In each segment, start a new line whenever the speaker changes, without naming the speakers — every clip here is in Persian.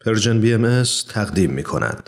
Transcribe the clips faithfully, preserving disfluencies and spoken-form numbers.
پرژن بی ام اس تقدیم می کند.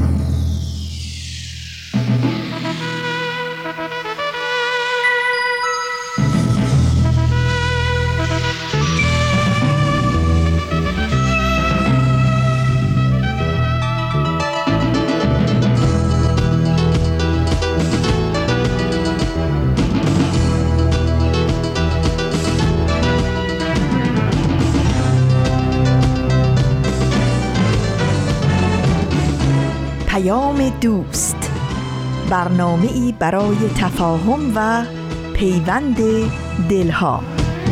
دوست، برنامه‌ای برای تفاهم و پیوند دلها.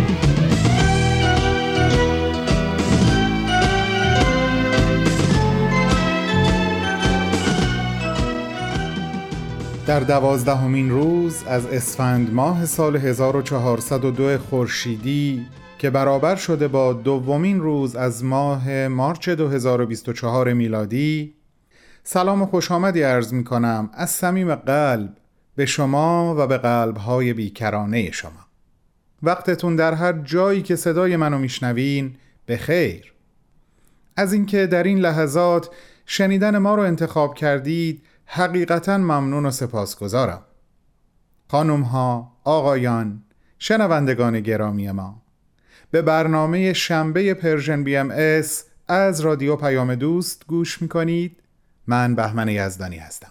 در دوازدهمین روز از اسفند ماه سال هزار و چهارصد و دو خورشیدی که برابر شده با دومین روز از ماه مارچ دو هزار و بیست و چهار میلادی، سلام و خوش آمدی عرض می کنم از صمیم قلب به شما و به قلب‌های بیکرانه شما. وقتتون در هر جایی که صدای منو میشنوین به خیر. از اینکه در این لحظات شنیدن ما رو انتخاب کردید حقیقتاً ممنون و سپاسگزارم. خانم ها، آقایان، شنوندگان گرامی ما، به برنامه شنبه پرژن بی ام اس از رادیو پیام دوست گوش میکنید. من بهمن یزدانی هستم.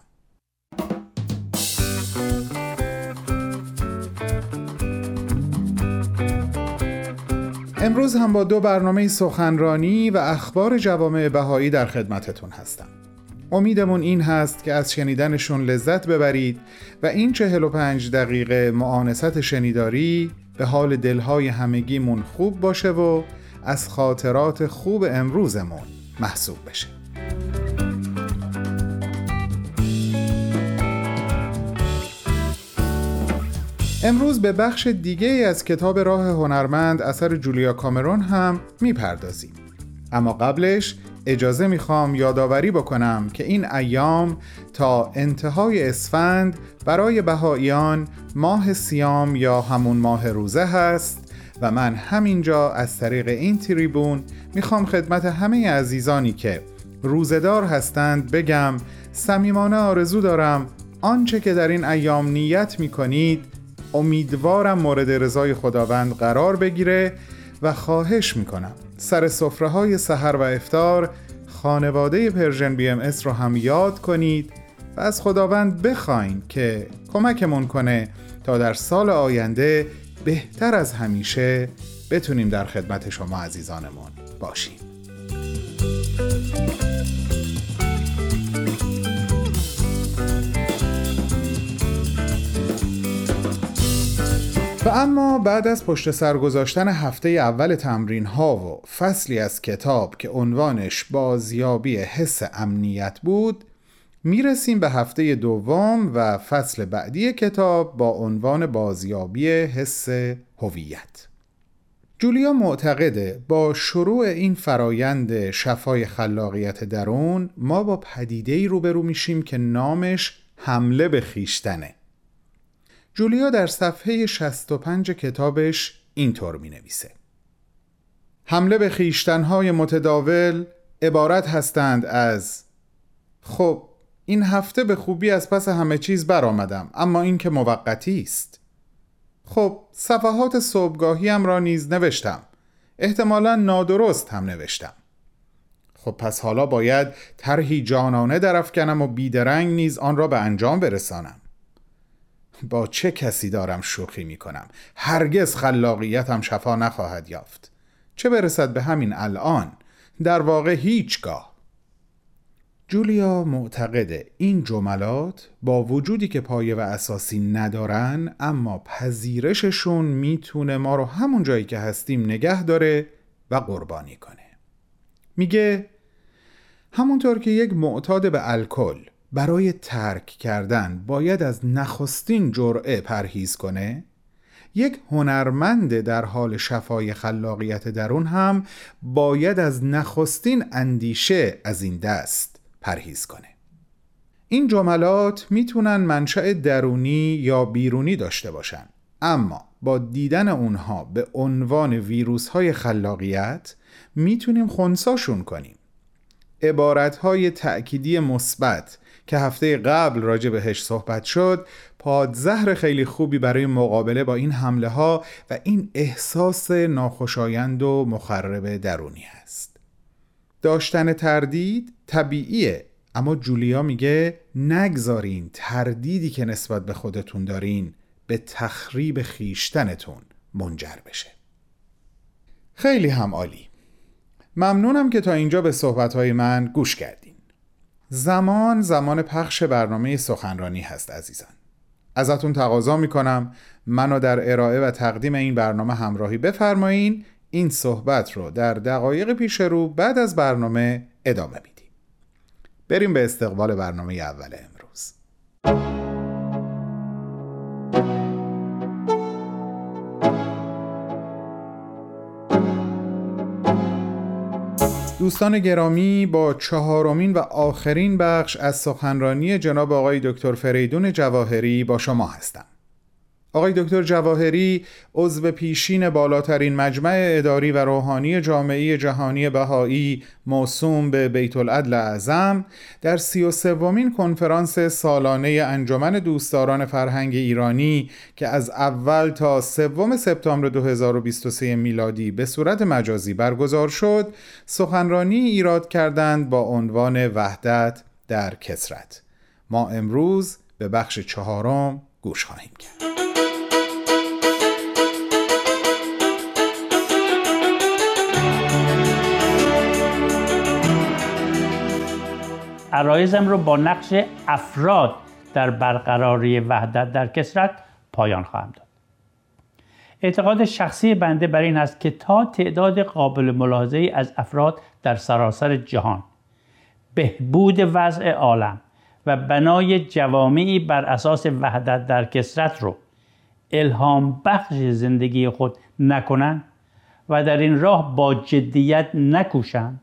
امروز هم با دو برنامه سخنرانی و اخبار جوامع بهایی در خدمتتون هستم. امیدمون این هست که از شنیدنشون لذت ببرید و این چهل و پنج دقیقه مؤانست شنیداری به حال دلهای همگیمون خوب باشه و از خاطرات خوب امروزمون محسوب بشه. امروز به بخش دیگه از کتاب راه هنرمند اثر جولیا کامرون هم میپردازیم. اما قبلش اجازه میخوام یادآوری بکنم که این ایام تا انتهای اسفند برای بهائیان ماه صیام یا همون ماه روزه هست و من همینجا از طریق این تریبون میخوام خدمت همه عزیزانی که روزه‌دار هستند بگم صمیمانه آرزو دارم آنچه که در این ایام نیت میکنید امیدوارم مورد رضای خداوند قرار بگیره و خواهش میکنم سر سفره‌های سحر و افطار خانواده پرژن بی ام اس رو هم یاد کنید و از خداوند بخواین که کمکمون کنه تا در سال آینده بهتر از همیشه بتونیم در خدمت شما عزیزانمون باشیم. و اما بعد از پشت سر گذاشتن هفته اول تمرین ها و فصلی از کتاب که عنوانش بازیابی حس امنیت بود، میرسیم به هفته دوم و فصل بعدی کتاب با عنوان بازیابی حس هویت. جولیا معتقده با شروع این فرایند شفای خلاقیت درون ما با پدیده‌ای روبرو میشیم که نامش حمله به خویشتنه. جولیا در صفحه شصت و پنج کتابش اینطور می نویسه: حمله به خویشتن‌های متداول عبارت هستند از خب این هفته به خوبی از پس همه چیز برآمدم اما این که موقتی است. خب صفحات صبحگاهیم را نیز نوشتم، احتمالاً نادرست هم نوشتم. خب پس حالا باید طرحی جانانه درافکنم و بیدرنگ نیز آن را به انجام برسانم. با چه کسی دارم شوخی می کنم؟ هرگز خلاقیتم شفا نخواهد یافت، چه برسد به همین الان، در واقع هیچگاه. جولیا معتقده این جملات با وجودی که پایه و اساسی ندارن اما پذیرششون میتونه ما رو همون جایی که هستیم نگه داره و قربانی کنه. میگه همونطور که یک معتاد به الکل برای ترک کردن باید از نخستین جرعه پرهیز کنه، یک هنرمند در حال شفای خلاقیت درون هم باید از نخستین اندیشه از این دست پرهیز کنه. این جملات میتونن منشأ درونی یا بیرونی داشته باشن، اما با دیدن اونها به عنوان ویروس‌های خلاقیت میتونیم خنثیشون کنیم. عبارتهای تأکیدی مثبت که هفته قبل راجع بهش صحبت شد پادزهر خیلی خوبی برای مقابله با این حمله ها و این احساس ناخوشایند و مخرب درونی است. داشتن تردید طبیعیه، اما جولیا میگه نگذارین تردیدی که نسبت به خودتون دارین به تخریب خیشتنتون منجر بشه. خیلی هم عالی. ممنونم که تا اینجا به صحبتهای من گوش کردین. زمان زمان پخش برنامه سخنرانی هست عزیزان. ازتون تقاضا میکنم منو در ارائه و تقدیم این برنامه همراهی بفرمایین. این صحبت رو در دقایق پیش رو بعد از برنامه ادامه میدیم. بریم به استقبال برنامه اول امروز. دوستان گرامی، با چهارمین و آخرین بخش از سخنرانی جناب آقای دکتر فریدون جواهری با شما هستم. آقای دکتر جواهری عضو پیشین بالاترین مجمع اداری و روحانی جامعه جهانی بهایی موسوم به بیت العدل اعظم در سی و سومین کنفرانس سالانه انجمن دوستداران فرهنگ ایرانی که از اول تا سوم سپتامبر دو هزار و بیست و سه میلادی به صورت مجازی برگزار شد، سخنرانی ایراد کردند با عنوان وحدت در کثرت. ما امروز به بخش چهارم گوش خواهیم کرد.
عرایزم رو با نقش افراد در برقراری وحدت در کثرت پایان خواهم داد. اعتقاد شخصی بنده بر این است که تا تعداد قابل ملاحظه‌ای از افراد در سراسر جهان بهبود وضع عالم و بنای جوامعی بر اساس وحدت در کثرت رو الهام بخش زندگی خود نکنند و در این راه با جدیت نکوشند،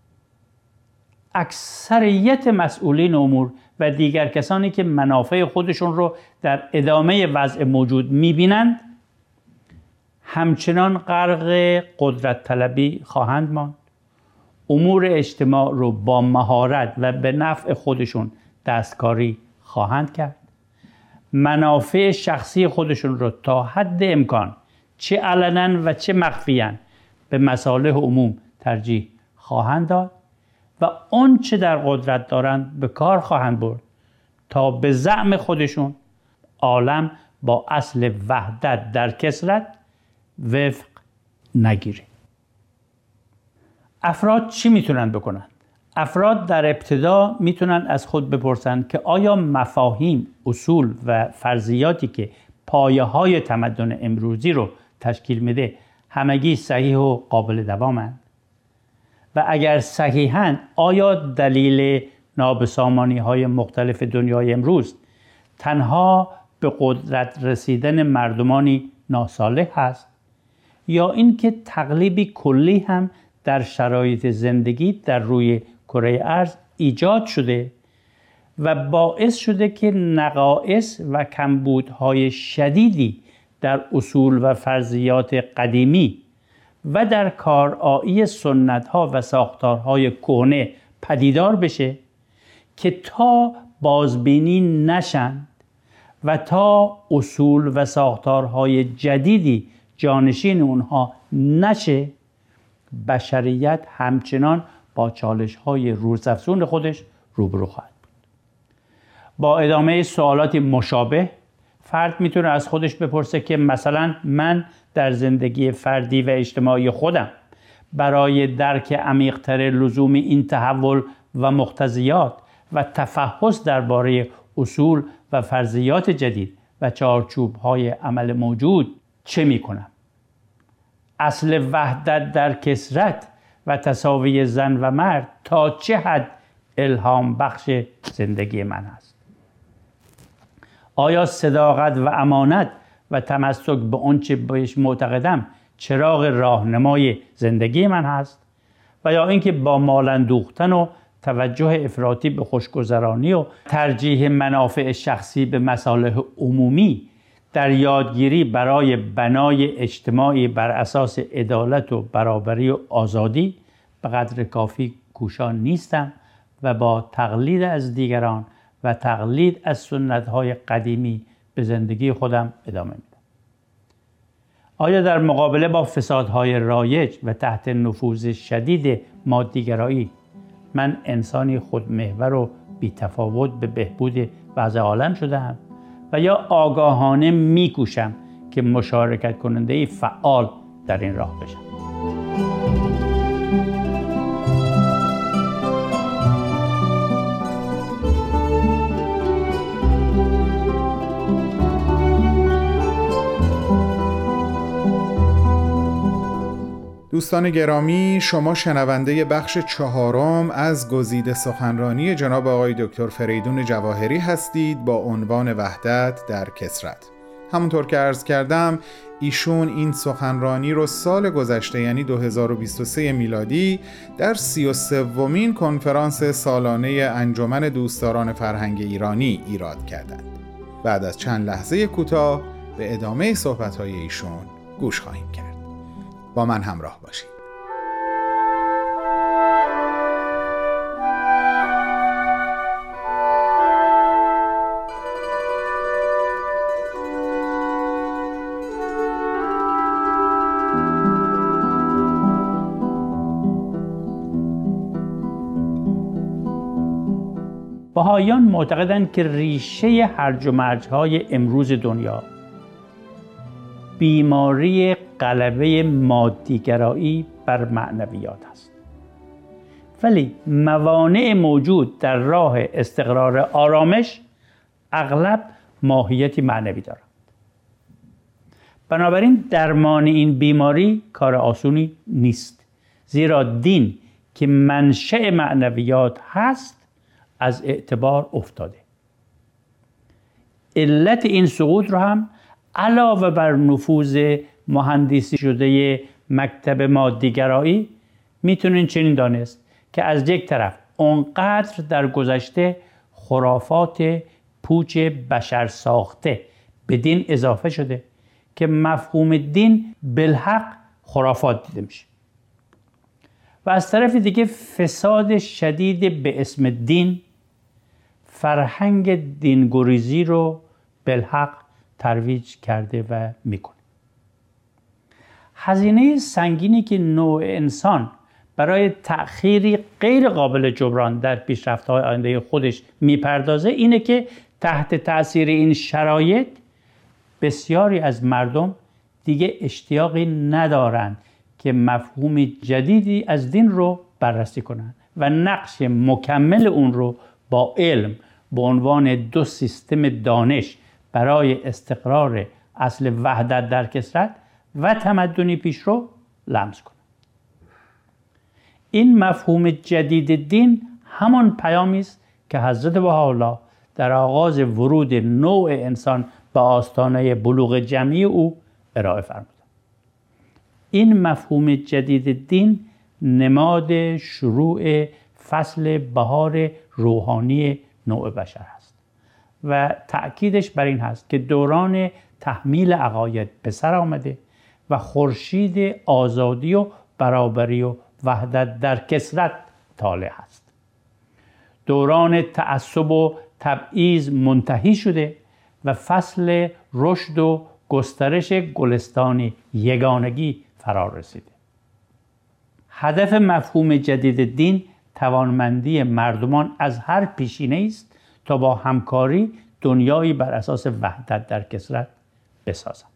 اکثریت مسئولین امور و دیگر کسانی که منافع خودشون رو در ادامه وضع موجود می‌بینند همچنان غرق قدرت طلبی خواهند ماند، امور اجتماع رو با مهارت و به نفع خودشون دستکاری خواهند کرد، منافع شخصی خودشون رو تا حد امکان چه علنا و چه مخفیاً به مصالح عموم ترجیح خواهند داد و اون چه در قدرت دارند به کار خواهند برد تا به زعم خودشون عالم با اصل وحدت در کثرت وفق نگیره. افراد چی میتونن بکنن؟ افراد در ابتدا میتونن از خود بپرسن که آیا مفاهیم، اصول و فرضیاتی که پایه های تمدن امروزی رو تشکیل میده همگی صحیح و قابل دوامند؟ و اگر صحیحاً آیا دلیل نابسامانی های مختلف دنیای امروز تنها به قدرت رسیدن مردمانی ناصالح هست یا اینکه تقلیبی کلی هم در شرایط زندگی در روی کره ارض ایجاد شده و باعث شده که نقائص و کمبودهای شدیدی در اصول و فرضیات قدیمی و در کارایی سنت‌ها و ساختارهای کهنه پدیدار بشه که تا بازبینی نشند و تا اصول و ساختارهای جدیدی جانشین اونها نشه، بشریت همچنان با چالش‌های روزافزون خودش روبرو خواهد بود. با ادامه سوالاتی مشابه فرد میتونه از خودش بپرسه که مثلا من در زندگی فردی و اجتماعی خودم برای درک عمیق‌تر لزوم این تحول و مقتضیات و تفحص درباره اصول و فرضیات جدید و چارچوب‌های عمل موجود چه میکنم؟ اصل وحدت در کثرت و تساوی زن و مرد تا چه حد الهام بخش زندگی من است؟ آیا صداقت و امانت و تمسک به آنچه بهش معتقدم چراغ راهنمای زندگی من هست؟ و یا اینکه با مال اندوختن و توجه افراطی به خوشگذرانی و ترجیح منافع شخصی به مصالح عمومی در یادگیری برای بنای اجتماعی بر اساس عدالت و برابری و آزادی به قدر کافی کوشا نیستم و با تقلید از دیگران و تقلید از سنت‌های قدیمی به زندگی خودم ادامه میدم. آیا در مقابله با فسادهای رایج و تحت نفوذ شدید مادیگرایی من انسانی خودمحور و بی‌تفاوت به بهبود وضع عالم شدم و یا آگاهانه میکوشم که مشارکت کننده فعال در این راه بشم؟
دوستان گرامی، شما شنونده بخش چهارم از گزیده سخنرانی جناب آقای دکتر فریدون جواهری هستید با عنوان وحدت در کثرت. همونطور که عرض کردم ایشون این سخنرانی رو سال گذشته یعنی دو هزار و بیست و سه میلادی در سی و سومین کنفرانس سالانه انجمن دوستداران فرهنگ ایرانی ایراد کردند. بعد از چند لحظه کوتاه به ادامه صحبت‌های ایشون گوش خواهیم کرد. با من همراه باشید.
بهائیان معتقدند که ریشه هرج و مرج‌های امروز دنیا بیماری غلبه مادیگرایی بر معنویات است، ولی موانع موجود در راه استقرار آرامش اغلب ماهیتی معنوی دارند. بنابراین درمان این بیماری کار آسونی نیست، زیرا دین که منشأ معنویات هست از اعتبار افتاده. علت این سقوط رو هم علاوه بر نفوذ مهندسی شده مکتب مادیگرایی میتونین چنین دانست که از یک طرف اونقدر در گذشته خرافات پوچ بشر ساخته به دین اضافه شده که مفهوم دین بالحق خرافات دیده میشه و از طرف دیگه فساد شدید به اسم دین فرهنگ دینگریزی رو بالحق ترویج کرده و میکنه. هزینه سنگینی که نوع انسان برای تأخیری غیر قابل جبران در پیشرفت‌های آینده خودش میپردازه اینه که تحت تأثیر این شرایط بسیاری از مردم دیگه اشتیاقی ندارند که مفهوم جدیدی از دین رو بررسی کنند و نقش مکمل اون رو با علم به عنوان دو سیستم دانش برای استقرار اصل وحدت در کثرت و تمدنی پیشرو لمس کنند. این مفهوم جدید دین همان پیامی است که حضرت بهاءالله در آغاز ورود نوع انسان به آستانه بلوغ جمعی او ارائه فرمود. این مفهوم جدید دین نماد شروع فصل بهار روحانی نوع بشر است و تأکیدش بر این هست که دوران تحمیل عقاید به سر آمده و خورشید آزادی و برابری و وحدت در کثرت طالع است. دوران تعصب و تبعیض منتهی شده و فصل رشد و گسترش گلستان یگانگی فرا رسیده. هدف مفهوم جدید دین توانمندی مردمان از هر پیشینه است تا با همکاری دنیایی بر اساس وحدت در کثرت بسازند.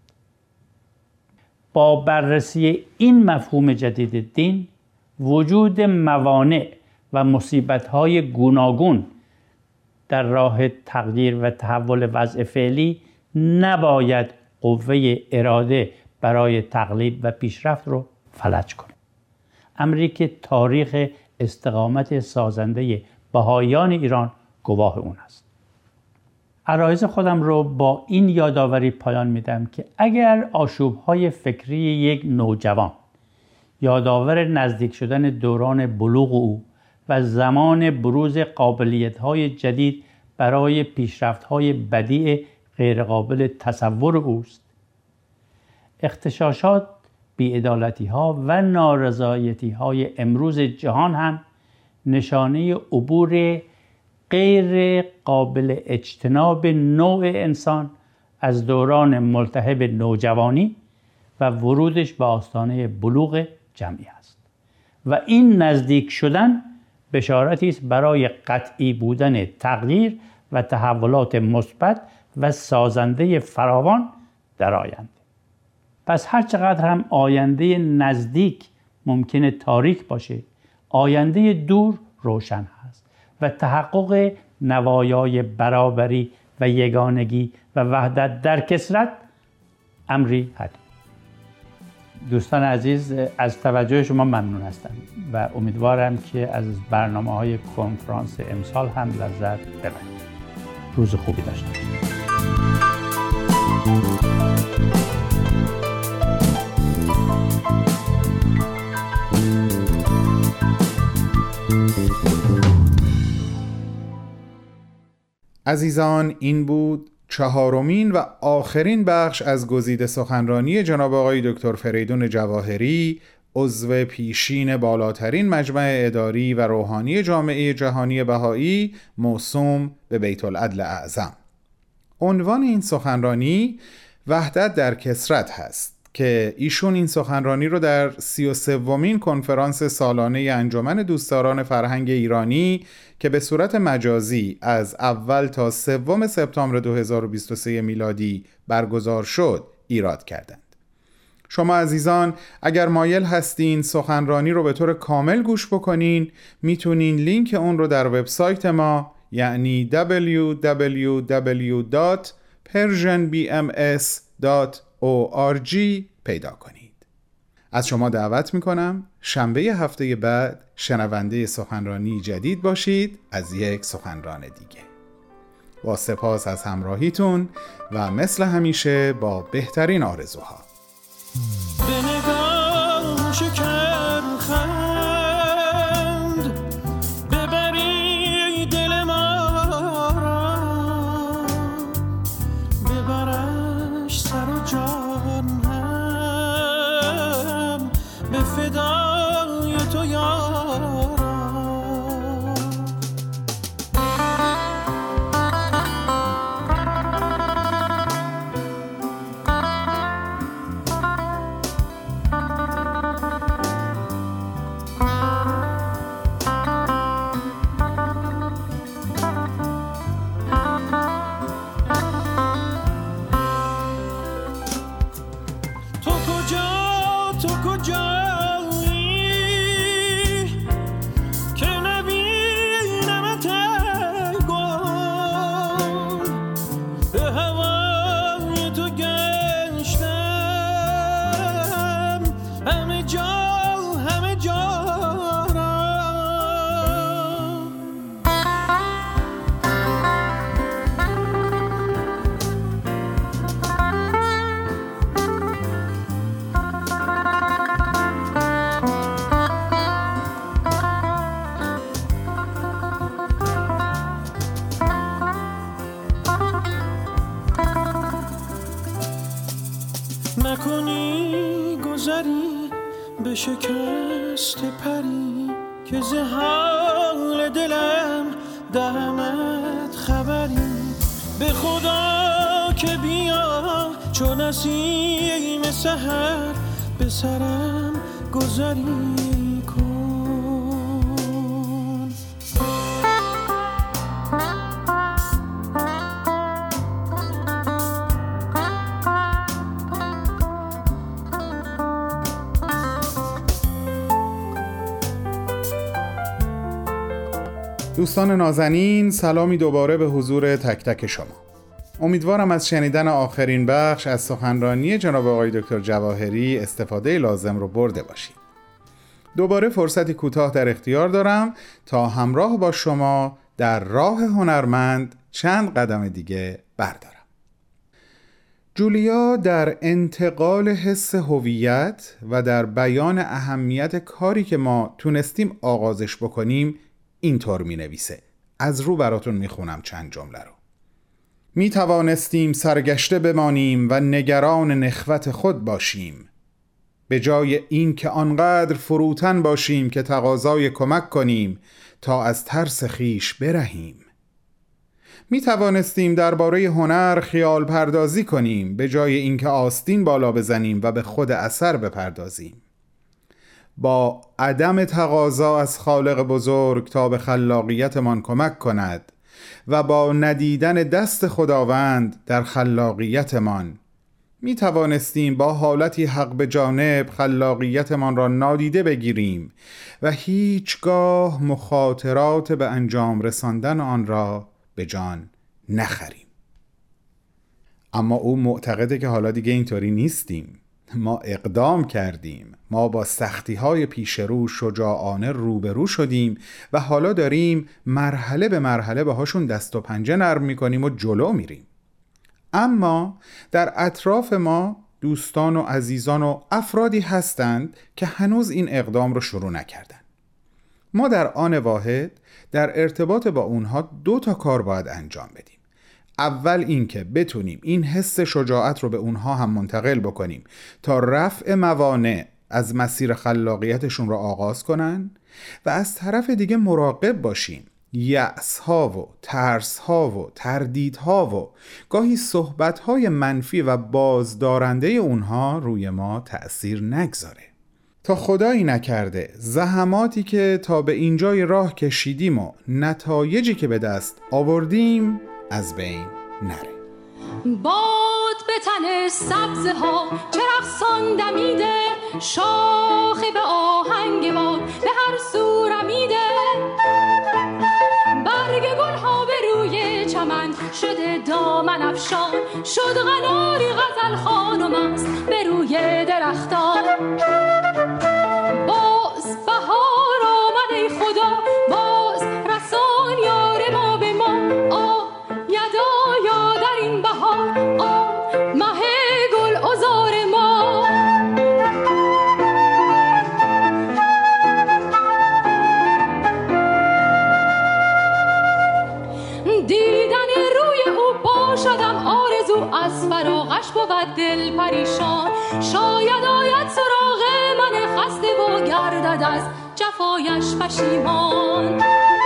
با بررسی این مفهوم جدید دین، وجود موانع و مصیبت‌های گوناگون در راه تغییر و تحول وضع فعلی نباید قوه اراده برای تقلید و پیشرفت رو فلج کنه. امری که تاریخ استقامت سازنده بهائیان ایران گواه اون است. عرایض خودم رو با این یادآوری پایان میدم که اگر آشوب‌های فکری یک نوجوان یادآور نزدیک شدن دوران بلوغ او و زمان بروز قابلیت‌های جدید برای پیشرفت‌های بدیع غیرقابل تصور اوست، اغتشاشات، بی‌عدالتی‌ها و نارضایتی‌های امروز جهان هم نشانه عبور غیر قابل اجتناب نوع انسان از دوران ملتهب نوجوانی و ورودش به آستانه بلوغ جمعی است و این نزدیک شدن بشارتی است برای قطعی بودن تغییر و تحولات مثبت و سازنده فراوان در آینده. پس هر چقدر هم آینده نزدیک ممکنه تاریک باشه، آینده دور روشن هست و تحقق نوایای برابری و یگانگی و وحدت در کثرت امری حتمی. دوستان عزیز، از توجه شما ممنون هستم و امیدوارم که از برنامه‌های کنفرانس امسال هم لذت ببرید. روز خوبی داشته باشید.
عزیزان، این بود چهارمین و آخرین بخش از گزیده سخنرانی جناب آقای دکتر فریدون جواهری، عضو پیشین بالاترین مجمع اداری و روحانی جامعه جهانی بهایی موسوم به بیت العدل اعظم. عنوان این سخنرانی وحدت در کثرت هست که ایشون این سخنرانی رو در سی و سومین کنفرانس سالانه انجمن دوستداران فرهنگ ایرانی که به صورت مجازی از اول تا سوم سپتامبر دو هزار و بیست و سه میلادی برگزار شد ایراد کردند. شما عزیزان اگر مایل هستین سخنرانی رو به طور کامل گوش بکنین، میتونین لینک اون رو در وبسایت ما یعنی دبلیو دبلیو دبلیو دات پرژن بی ام اس دات او آر جی پیدا کنید. از شما دعوت میکنم شنبه هفته بعد شنونده سخنرانی جدید باشید از یک سخنران دیگه. با سپاس از همراهیتون و مثل همیشه با بهترین آرزوها.
به نگاه شکر خند ببری دل ما را، ببرش سر و جان هم به فدای تو یارا. نکنی گذری به شکست پری که ز حال دلم دهمت خبری. به خدا که بیا چون نسیم سحر به سرم گذری کن.
دوستان نازنین، سلامی دوباره به حضور تک تک شما. امیدوارم از شنیدن آخرین بخش از سخنرانی جناب آقای دکتر جواهری استفاده لازم رو برده باشید. دوباره فرصتی کوتاه در اختیار دارم تا همراه با شما در راه هنرمند چند قدم دیگه بردارم. جولیا در انتقال حس هویت و در بیان اهمیت کاری که ما تونستیم آغازش بکنیم اینطور می نویسه. از رو براتون می خونم چند جمله رو. می توانستیم سرگشته بمانیم و نگران نخوت خود باشیم. به جای این که آنقدر فروتن باشیم که تقاضای کمک کنیم تا از ترس خیش برهیم. می توانستیم درباره هنر خیال پردازی کنیم به جای اینکه آستین بالا بزنیم و به خود اثر بپردازیم. با عدم تقاضا از خالق بزرگ تا به خلاقیتمان کمک کند و با ندیدن دست خداوند در خلاقیتمان می توانستیم با حالتی حق به جانب خلاقیتمان را نادیده بگیریم و هیچگاه مخاطرات به انجام رساندن آن را به جان نخریم. اما او معتقده که حالا دیگه اینطوری نیستیم. ما اقدام کردیم، ما با سختی های پیش رو شجاعانه روبرو شدیم و حالا داریم مرحله به مرحله باهاشون دست و پنجه نرم میکنیم و جلو میریم. اما در اطراف ما دوستان و عزیزان و افرادی هستند که هنوز این اقدام رو شروع نکردن. ما در آن واحد در ارتباط با اونها دو تا کار باید انجام بدیم. اول این که بتونیم این حس شجاعت رو به اونها هم منتقل بکنیم تا رفع موانع از مسیر خلاقیتشون رو آغاز کنن و از طرف دیگه مراقب باشیم یأس ها و ترس ها و تردید ها و گاهی صحبت های منفی و بازدارنده اونها روی ما تأثیر نگذاره تا خدایی نکرده زحماتی که تا به اینجای راه کشیدیم و نتایجی که به دست آوردیم از بین نره.
باد به تن سبزه ها چه رقصان دمیده، شاخه به آهنگ باد به هر سو رمیده، برگ گل ها به روی چمن شده دامن افشان، شد قناری غزل خانم است به روی درختان. باز بهار آمد ای خدا، باز رسان یار ما به ما، آه یدا یا در این بهار، آه مه گل عذار ما. دیدن روی او با شدم آرزو، از فراغش بود دل پریشان، شاید آید سراغ من خسته و گردد از جفایش پشیمان.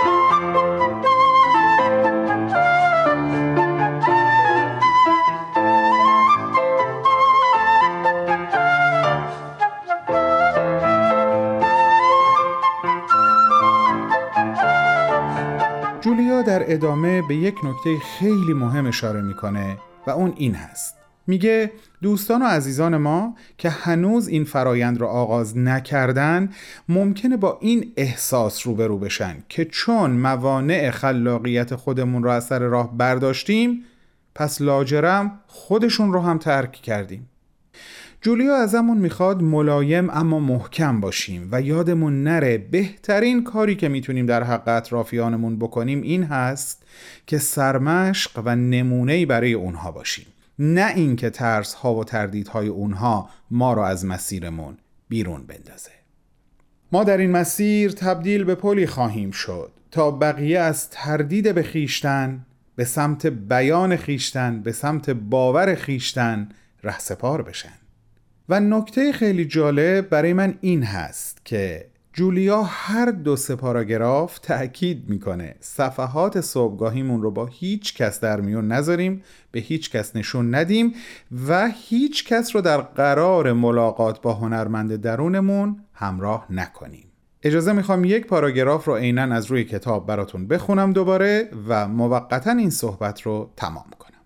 جولیا در ادامه به یک نکته خیلی مهم اشاره میکنه و اون این هست. میگه دوستان و عزیزان ما که هنوز این فرایند رو آغاز نکردن ممکنه با این احساس روبرو بشن که چون موانع خلاقیت خودمون رو از سر راه برداشتیم پس لاجرم خودشون رو هم ترک کردیم. جولیا ازمون میخواد ملایم اما محکم باشیم و یادمون نره بهترین کاری که میتونیم در حق اطرافیانمون بکنیم این هست که سرمشق و نمونه‌ای برای اونها باشیم، نه این که ترس ها و تردیدهای اونها ما رو از مسیرمون بیرون بندازه. ما در این مسیر تبدیل به پلی خواهیم شد تا بقیه از تردید به خیشتن به سمت بیان خیشتن، به سمت باور خیشتن رهسپار بشن. و نکته خیلی جالب برای من این هست که جولیا هر دو سه پاراگراف تأکید میکنه صفحات صبحگاهیمون رو با هیچ کس در میون نذاریم، به هیچ کس نشون ندیم و هیچ کس رو در قرار ملاقات با هنرمند درونمون همراه نکنیم. اجازه میخوام یک پاراگراف رو عیناً از روی کتاب براتون بخونم دوباره و موقتاً این صحبت رو تمام کنم.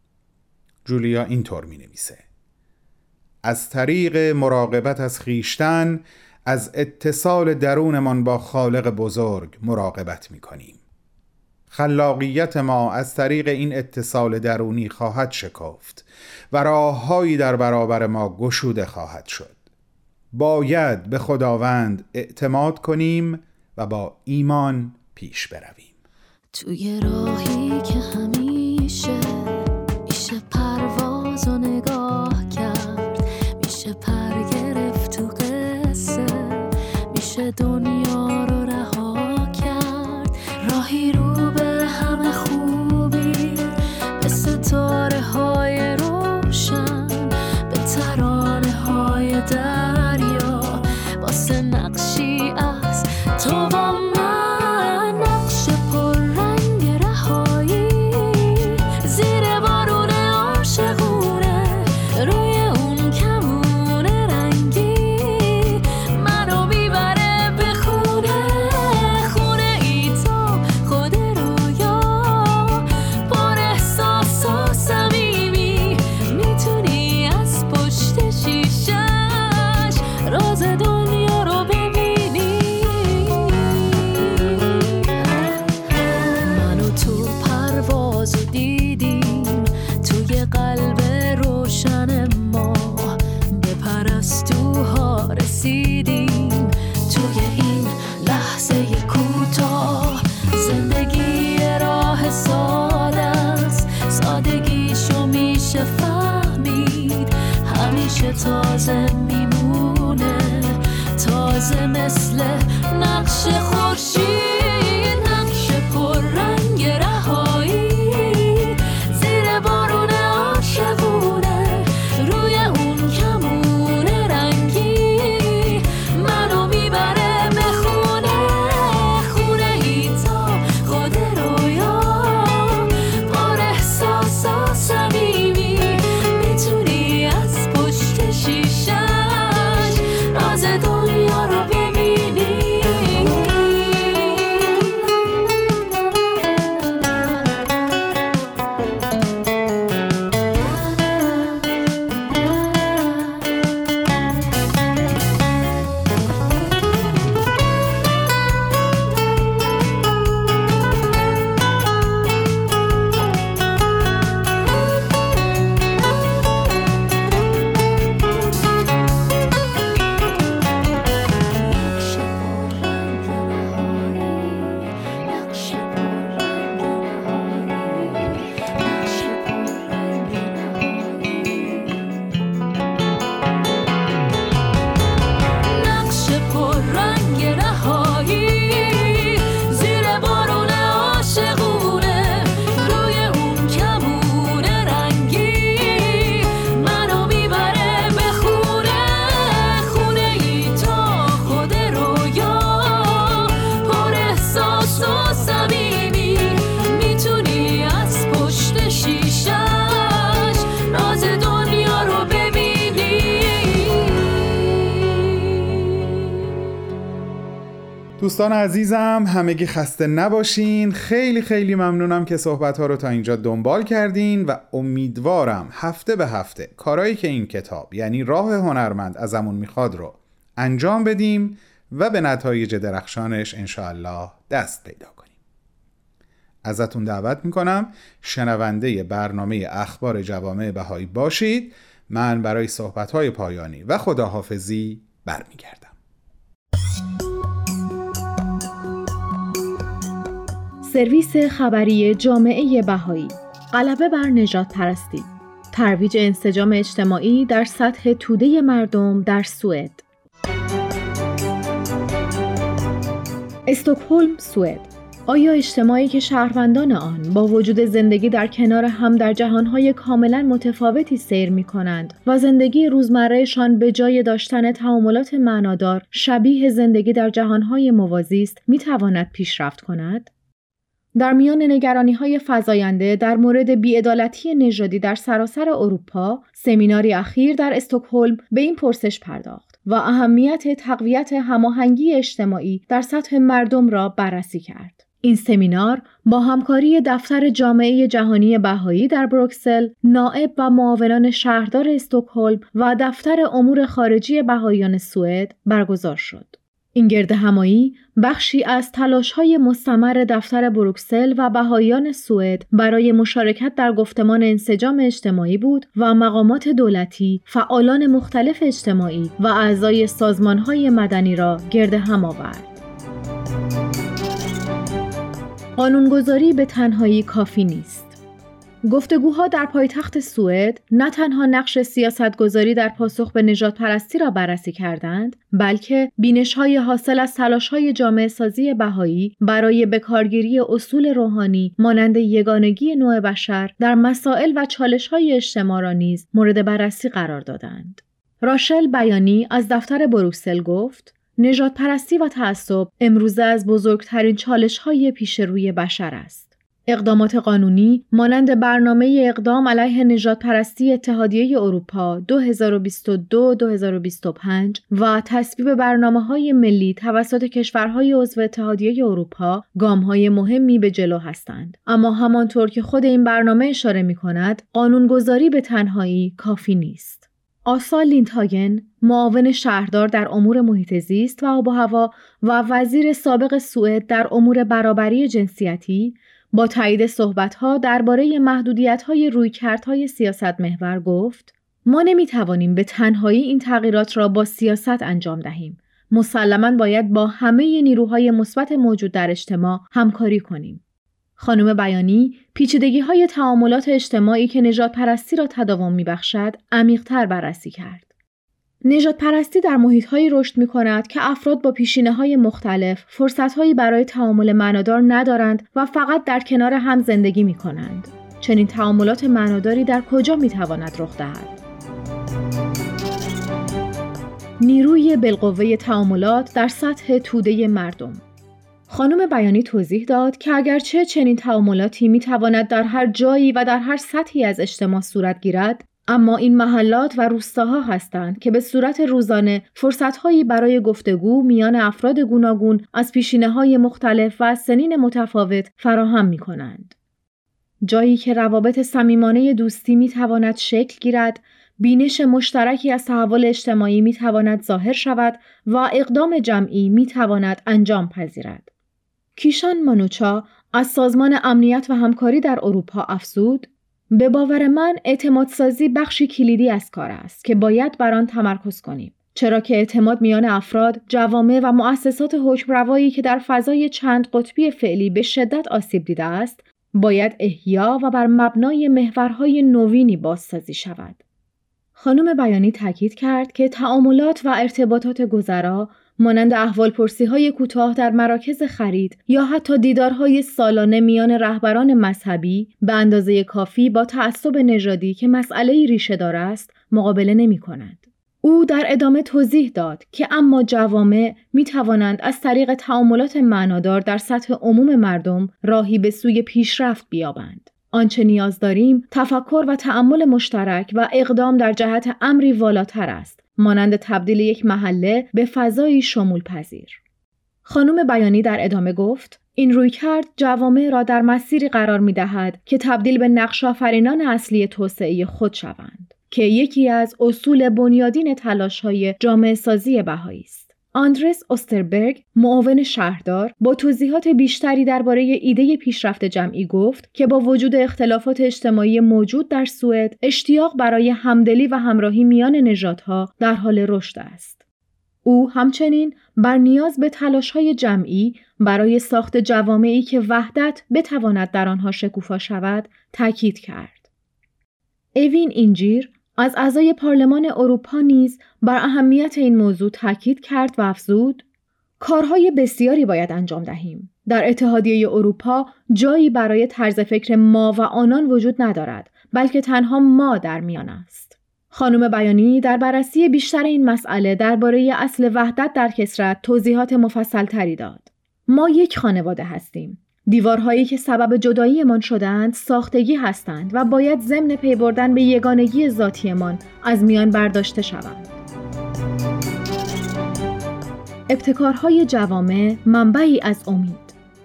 جولیا اینطور مینویسه: از طریق مراقبت از خیشتن، از اتصال درونمان با خالق بزرگ مراقبت می‌کنیم. خلاقیت ما از طریق این اتصال درونی خواهد شکافت و راه‌هایی در برابر ما گشوده خواهد شد. باید به خداوند اعتماد کنیم و با ایمان پیش برویم.
توی راهی که همیشه میشه پرواز و نگاه کرد، میشه پر گرفت تو قصه، میشه دنیا رو رها کرد. راهی رو به همه خوبی، به ستاره های روشن، به ترانه های دریا، که تازه میمونه، تازه مثل نقش خورشید، نقش پر رنگ رهایی زیر بارون عاشقونه، روی اون کمون رنگی منو میبره به خونه، خونه ای تا خود رویا، پر احساس و صمیمی، میتونی از پشت شیشش راز دنیا رو ببینی.
دوستان عزیزم همگی خسته نباشین. خیلی خیلی ممنونم که صحبت‌ها رو تا اینجا دنبال کردین و امیدوارم هفته به هفته کارایی که این کتاب یعنی راه هنرمند ازمون میخواد رو انجام بدیم و به نتایج درخشانش انشاءالله دست پیدا کنیم. ازتون دعوت میکنم شنونده برنامه اخبار جوامع بهایی باشید. من برای صحبت‌های پایانی و خداحافظی برمیگردم.
سرویس خبری جامعه بهایی، غلبه بر نژاد پرستی، ترویج انسجام اجتماعی در سطح توده مردم در سوئد. استکهلم، سوئد. آیا اجتماعی که شهروندان آن با وجود زندگی در کنار هم در جهانهای کاملا متفاوتی سیر می کنند و زندگی روزمرهشان به جای داشتن تعاملات معنادار شبیه زندگی در جهانهای موازی است، می تواند پیشرفت کند؟ در میان نگرانی‌های فزاینده در مورد بی‌عدالتی نژادی در سراسر اروپا، سمیناری اخیر در استکهلم به این پرسش پرداخت و اهمیت تقویت هماهنگی اجتماعی در سطح مردم را بررسی کرد. این سمینار با همکاری دفتر جامعه جهانی بهایی در بروکسل، نائب و معاونان شهردار استکهلم و دفتر امور خارجی بهاییان سوئد برگزار شد. این گردهمایی بخشی از تلاش‌های مستمر دفتر بروکسل و بهاییان سوئد برای مشارکت در گفتمان انسجام اجتماعی بود و مقامات دولتی، فعالان مختلف اجتماعی و اعضای سازمان‌های مدنی را گرد هم آورد. قانونگذاری به تنهایی کافی نیست. گفتگوها در پایتخت سوئد نه تنها نقش سیاستگذاری در پاسخ به نژادپرستی را بررسی کردند، بلکه بینش‌های حاصل از تلاش‌های جامعه سازی بهایی برای بکارگیری اصول روحانی مانند یگانگی نوع بشر در مسائل و چالش‌های اجتماع را نیز مورد بررسی قرار دادند. راشل بیانی از دفتر بروکسل گفت: نژادپرستی و تعصب امروزه از بزرگترین چالش‌های پیش روی بشر است. اقدامات قانونی مانند برنامه اقدام علیه نژادپرستی اتحادیه اروپا دو هزار و بیست و دو تا دو هزار و بیست و پنج و تصویب برنامه‌های ملی توسط کشورهای عضو اتحادیه اروپا گام‌های مهمی به جلو هستند. اما همانطور که خود این برنامه اشاره می‌کند، قانونگذاری به تنهایی کافی نیست. آسا لیندهاگن، معاون شهردار در امور محیط زیست و آب و هوا و وزیر سابق سوئد در امور برابری جنسیتی، با تایید صحبت‌ها درباره محدودیت‌های رویکردهای سیاست محور گفت: ما نمی‌توانیم به تنهایی این تغییرات را با سیاست انجام دهیم. مسلماً باید با همه نیروهای مثبت موجود در اجتماع همکاری کنیم. خانم بیانی پیچیدگی‌های تعاملات اجتماعی که نژادپرستی را تداوم می‌بخشد عمیق‌تر بررسی کرد. نژاد پرستی در محیط‌هایی رشد می‌کند که افراد با پیشینه‌های مختلف فرصت‌هایی برای تعامل معنادار ندارند و فقط در کنار هم زندگی می‌کنند. چنین تعاملات معناداری در کجا می‌تواند رخ دهد؟ نیروی بالقوه تعاملات در سطح توده مردم. خانم بیانی توضیح داد که اگرچه چنین تعاملاتی می‌تواند در هر جایی و در هر سطحی از اجتماع صورت گیرد، اما این محلات و روستاها هستند که به صورت روزانه فرصت‌هایی برای گفتگو میان افراد گوناگون از پیشینه‌های مختلف و از سنین متفاوت فراهم می‌کنند. جایی که روابط صمیمانه دوستی می‌تواند شکل گیرد، بینش مشترکی از تحول اجتماعی می‌تواند ظاهر شود و اقدام جمعی می‌تواند انجام پذیرد. کیشان مانوچا از سازمان امنیت و همکاری در اروپا افزود: به باور من اعتمادسازی بخشی کلیدی از کار است که باید بر آن تمرکز کنیم، چرا که اعتماد میان افراد، جوامع و مؤسسات حکمروایی که در فضای چند قطبی فعلی به شدت آسیب دیده است، باید احیا و بر مبنای محورهای نوینی بازسازی شود. خانم بیانی تاکید کرد که تعاملات و ارتباطات گذرا مانند احوالپرسی‌های کوتاه در مراکز خرید یا حتی دیدارهای سالانه میان رهبران مذهبی به اندازه کافی با تعصب نژادی که مسئله‌ای ریشه‌دار است مقابله نمی‌کنند. او در ادامه توضیح داد که اما جوامع می‌توانند از طریق تعاملات معنادار در سطح عموم مردم راهی به سوی پیشرفت بیابند. آنچه نیاز داریم تفکر و تأمل مشترک و اقدام در جهت امری والاتر است، مانند تبدیل یک محله به فضایی شمول پذیر. خانم بیانی در ادامه گفت: این رویکرد جوامع را در مسیری قرار می‌دهد که تبدیل به نقش‌آفرینان اصلی توسعه خود شوند، که یکی از اصول بنیادین تلاش‌های جامعه سازی بهایی است. آندرس اوستربرگ، معاون شهردار، با توضیحات بیشتری درباره ایده پیشرفت جمعی گفت که با وجود اختلافات اجتماعی موجود در سوئد، اشتیاق برای همدلی و همراهی میان نژادها در حال رشد است. او همچنین بر نیاز به تلاش‌های جمعی برای ساخت جوامعی که وحدت بتواند در آنها شکوفا شود، تاکید کرد. اوین اینجیر از اعضای پارلمان اروپا نیز بر اهمیت این موضوع تاکید کرد و افزود: کارهای بسیاری باید انجام دهیم. در اتحادیه اروپا جایی برای طرز فکر ما و آنان وجود ندارد، بلکه تنها ما در میان است. خانم بیانی در بررسی بیشتر این مسئله درباره اصل وحدت در کثرت توضیحات مفصل تری داد. ما یک خانواده هستیم. دیوارهایی که سبب جداییمان شدند ساختگی هستند و باید ضمن پی بردن به یگانگی ذاتیمان از میان برداشته شوند. ابتکارهای جوامع منبعی از امید.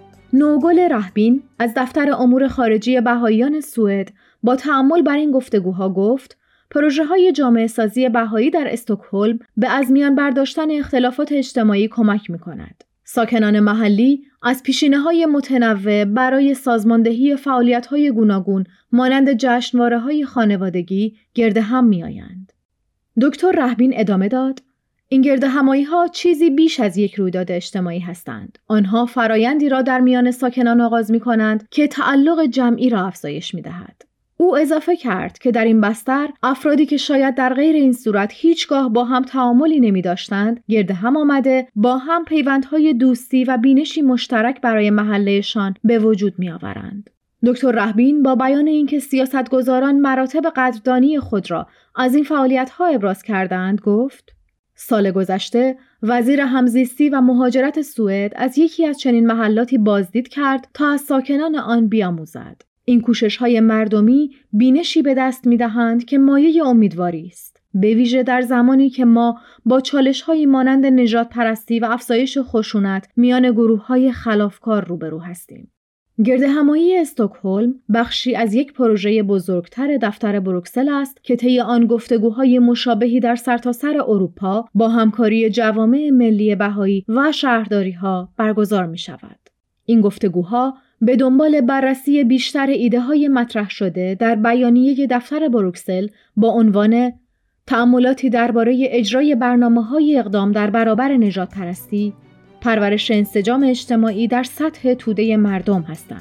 نوگل رهبین از دفتر امور خارجی بهاییان سوئد با تأمل بر این گفتگوها گفت: پروژه‌های جامعه سازی بهایی در استکهلم به از میان برداشتن اختلافات اجتماعی کمک می‌کند. ساکنان محلی از پیشینه‌های متنوع برای سازماندهی فعالیت‌های گوناگون مانند جشنواره‌های خانوادگی گرد هم می‌آیند. دکتر رهبین ادامه داد: این گرد همایی‌ها چیزی بیش از یک رویداد اجتماعی هستند. آنها فرایندی را در میان ساکنان آغاز می‌کنند که تعلق جمعی را افزایش می‌دهد. او اضافه کرد که در این بستر افرادی که شاید در غیر این صورت هیچگاه با هم تعاملی نمی داشتند گرد هم آمده با هم پیوندهای دوستی و بینشی مشترک برای محلهشان به وجود می آورند. دکتر رهبین با بیان اینکه سیاستگزاران مراتب قدردانی خود را از این فعالیت‌ها ابراز کردند گفت: سال گذشته وزیر همزیستی و مهاجرت سوئد از یکی از چنین محلاتی بازدید کرد تا از ساکنان آن بیاموزد. این کوشش‌های مردمی بینشی به دست می‌دهند که مایه امیدواری است، به ویژه در زمانی که ما با چالش‌هایی مانند نژادپرستی و افزایش خشونت میان گروه‌های خلافکار روبرو هستیم. گردهمایی استکهلم بخشی از یک پروژه بزرگتر دفتر بروکسل است که طی آن گفتگوهای مشابهی در سرتاسر اروپا با همکاری جوامع ملی بهایی و شهرداری‌ها برگزار می‌شود. این گفتگوها به دنبال بررسی بیشتر ایده‌های مطرح شده در بیانیه دفتر بروکسل با عنوان تأملاتی درباره اجرای برنامه‌های اقدام در برابر نژادپرستی، پرورش انسجام اجتماعی در سطح توده مردم هستند.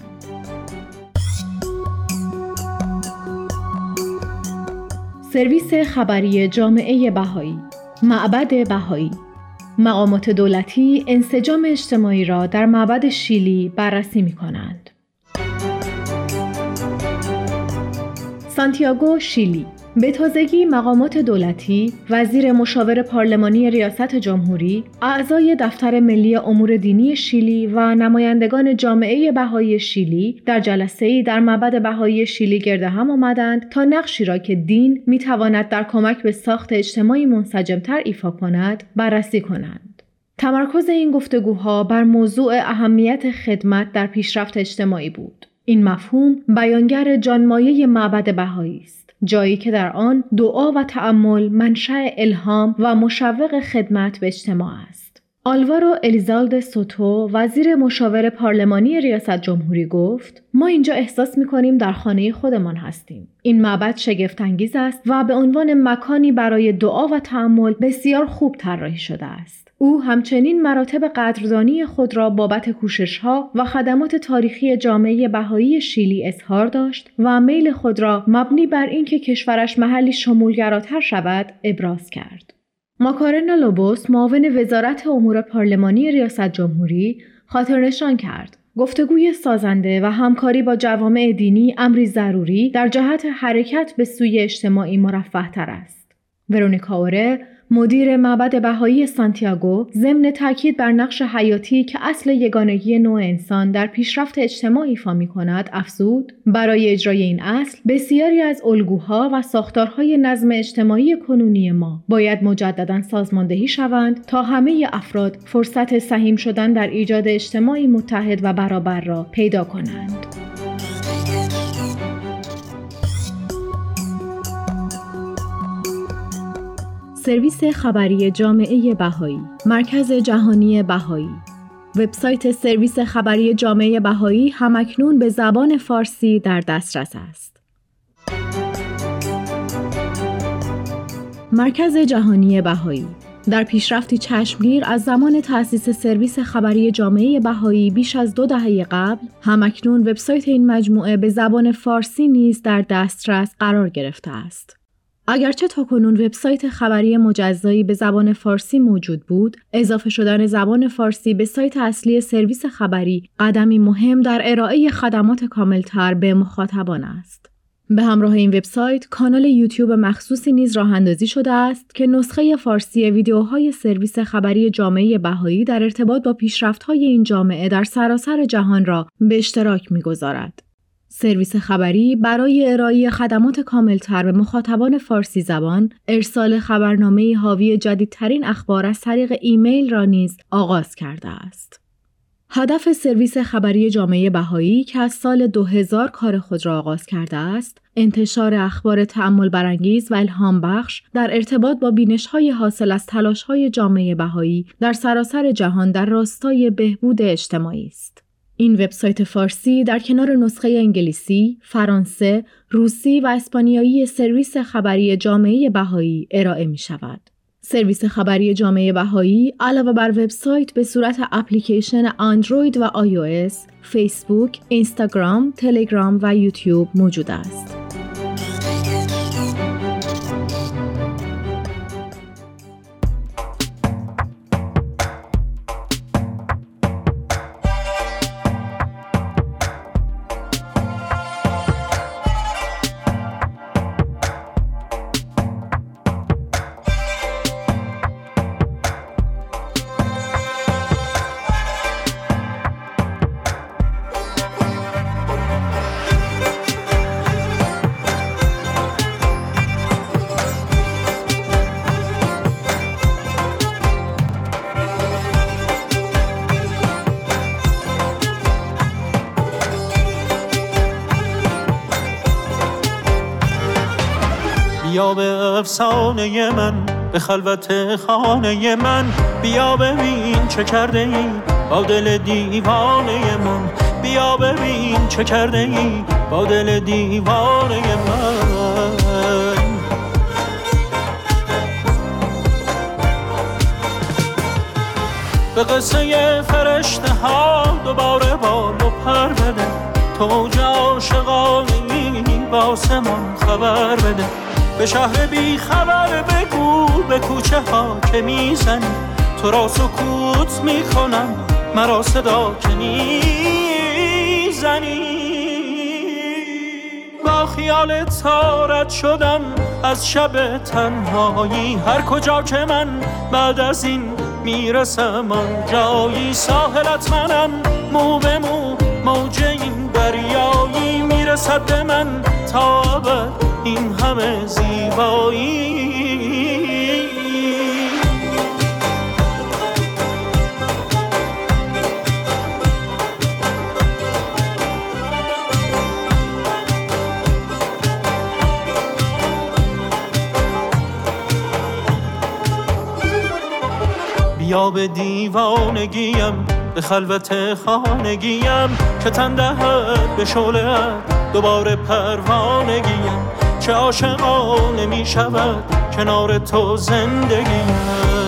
سرویس خبری جامعه بهایی معبد بهایی. مقامات دولتی انسجام اجتماعی را در معبد شیلی بررسی می کنند. سانتیاگو، شیلی. به تازگی مقامات دولتی، وزیر مشاور پارلمانی ریاست جمهوری، اعضای دفتر ملی امور دینی شیلی و نمایندگان جامعه بهایی شیلی در جلسه‌ای در معبد بهایی شیلی گرد هم آمدند تا نقشی را که دین می‌تواند در کمک به ساخت اجتماعی منسجم‌تر ایفا کند، بررسی کنند. تمرکز این گفتگوها بر موضوع اهمیت خدمت در پیشرفت اجتماعی بود. این مفهوم بیانگر جانمایه معبد بهایی است، جایی که در آن دعا و تأمل منشأ الهام و مشوق خدمت به اجتماع است. آلوارو الیزالده سوتو، وزیر مشاور پارلمانی ریاست جمهوری گفت: ما اینجا احساس می‌کنیم در خانه خودمان هستیم. این معبد شگفت‌انگیز است و به عنوان مکانی برای دعا و تأمل بسیار خوب طراحی شده است. او همچنین مراتب قدردانی خود را بابت کوشش‌ها و خدمات تاریخی جامعه بهایی شیلی اظهار داشت و میل خود را مبنی بر اینکه کشورش محلی شمولگراتر شود ابراز کرد. ماکارنا لوبوس، معاون وزارت امور پارلمانی ریاست جمهوری، خاطرنشان کرد: گفتگوی سازنده و همکاری با جوامع دینی امری ضروری در جهت حرکت به سوی اجتماعی مرفه‌تر است. ورونیکا اوره، مدیر معبد بهایی سانتیاگو، ضمن تاکید بر نقش حیاتی که اصل یگانگی نوع انسان در پیشرفت اجتماعی ایفا می‌کند، افزود: برای اجرای این اصل، بسیاری از الگوها و ساختارهای نظم اجتماعی کنونی ما باید مجدداً سازماندهی شوند تا همه افراد فرصت سهیم شدن در ایجاد اجتماعی متحد و برابر را پیدا کنند. سرویس خبری جامعه بهایی، مرکز جهانی بهایی. وبسایت سرویس خبری جامعه بهایی همکنون به زبان فارسی در دسترس است. مرکز جهانی بهایی در پیشرفتی چشمگیر از زمان تأسیس سرویس خبری جامعه بهایی بیش از دو دهه قبل، همکنون وبسایت این مجموعه به زبان فارسی نیز در دسترس قرار گرفته است. اگرچه تاکنون وبسایت خبری مجزایی به زبان فارسی موجود بود، اضافه شدن زبان فارسی به سایت اصلی سرویس خبری قدمی مهم در ارائه خدمات کاملتر به مخاطبان است. به همراه این وبسایت، کانال یوتیوب مخصوصی نیز راه اندازی شده است که نسخه فارسی ویدیوهای سرویس خبری جامعه بهایی در ارتباط با پیشرفت‌های این جامعه در سراسر جهان را به اشتراک می‌گذارد. سرویس خبری برای ارائه خدمات کاملتر به مخاطبان فارسی زبان، ارسال خبرنامه‌ای حاوی جدیدترین اخبار از طریق ایمیل را نیز آغاز کرده است. هدف سرویس خبری جامعه بهایی که از سال دو هزار کار خود را آغاز کرده است، انتشار اخبار تأمل برانگیز و الهام بخش در ارتباط با بینش‌های حاصل از تلاش‌های جامعه بهایی در سراسر جهان در راستای بهبود اجتماعی است. این وبسایت فارسی در کنار نسخه انگلیسی، فرانسه، روسی و اسپانیایی سرویس خبری جامعه بهایی ارائه می شود. سرویس خبری جامعه بهایی علاوه بر وبسایت به صورت اپلیکیشن اندروید و آی او اس، فیسبوک، اینستاگرام، تلگرام و یوتیوب موجود است.
بیا به افسانه من، به خلوت خانه من، بیا ببین چه کرده ای با دل دیوانه من، بیا ببین چه کرده ای با دل دیوانه من. به قصه فرشته ها دوباره بال و پر بده، تو عاشقانه ای با آسمان خبر بده، به شهر بی خبر بگو به کوچه ها که میزنی تو را سکوت میکنم مرا صدا که میزنی با خیال تارت شدم از شب تنهایی هر کجا که من بعد از این میرسم آن جایی ساحلت منم مو به مو موج این دریایی میرسد به من تا ابد این همه زیبایی بیا به دیوانگیم به خلوت خانگیم که تن دهد به شعله‌ات دوباره پروانگیم چه عاشقانه می شود کنار تو زندگیم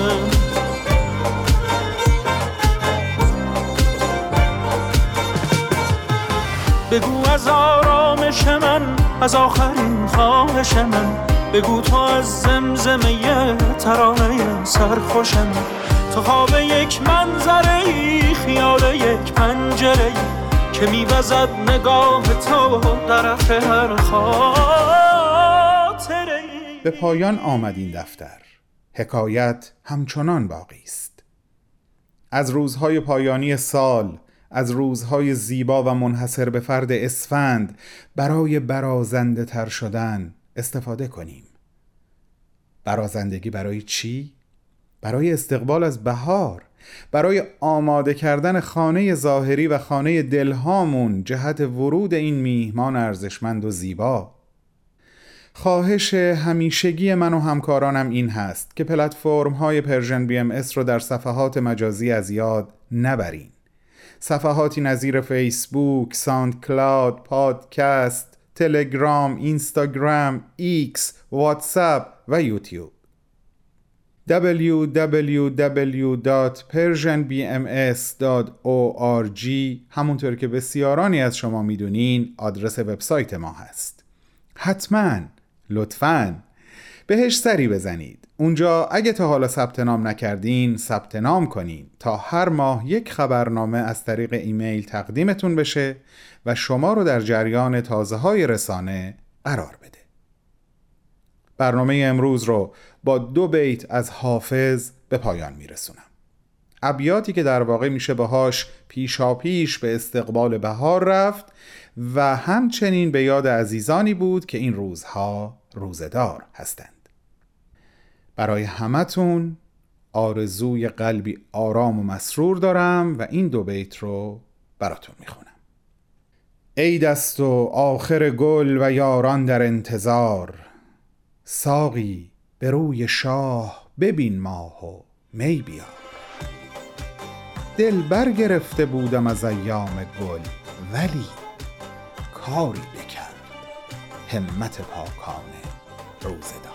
بگو از آرامش من از آخرین خواهش من بگو تو از زمزمه ترانه سرخوشم تو خواب یک منظره ای خیال یک پنجره ای که میوزد نگاه تو طرف هر خاطره ای.
به پایان آمد این دفتر. حکایت همچنان باقی است. از روزهای پایانی سال، از روزهای زیبا و منحصر به فرد اسفند برای برازنده تر شدن استفاده کنیم. برازندگی برای چی؟ برای استقبال از بهار، برای آماده کردن خانه ظاهری و خانه دلهامون جهت ورود این میهمان ارزشمند و زیبا. خواهش همیشگی من و همکارانم این هست که پلتفرم های پرژن بی ام اس رو در صفحات مجازی از یاد نبرین. صفحاتی نظیر فیسبوک، ساوند کلاود، پادکست، تلگرام، اینستاگرام، ایکس، واتساپ و یوتیوب. دبلیو دبلیو دبلیو دات پرژن بی ام اس دات او آر جی همونطور که بسیارانی از شما میدونین آدرس وبسایت ما هست. حتما لطفاً بهش سری بزنید. اونجا اگه تا حالا ثبت نام نکردین ثبت نام کنین تا هر ماه یک خبرنامه از طریق ایمیل تقدیمتون بشه و شما رو در جریان تازه‌های رسانه قرار بده. برنامه امروز رو با دو بیت از حافظ به پایان میرسونم. ابیاتی که در واقع میشه باهاش پیشا پیش به استقبال بهار رفت و همچنین به یاد عزیزانی بود که این روزها روزدار هستند. برای همتون آرزوی قلبی آرام و مسرور دارم و این دو بیت رو براتون میخونم. عید است و آخر گل و یاران در انتظار، ساقی به روی شاه ببین ماه و می بیار. دل برگرفته بودم از ایام گل ولی کاری بکرد همت پاکانه روزدار.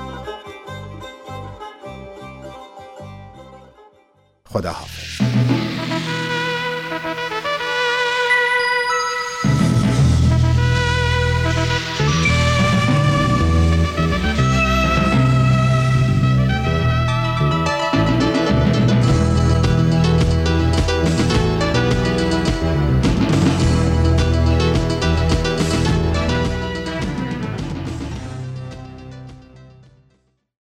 خدا حافظ.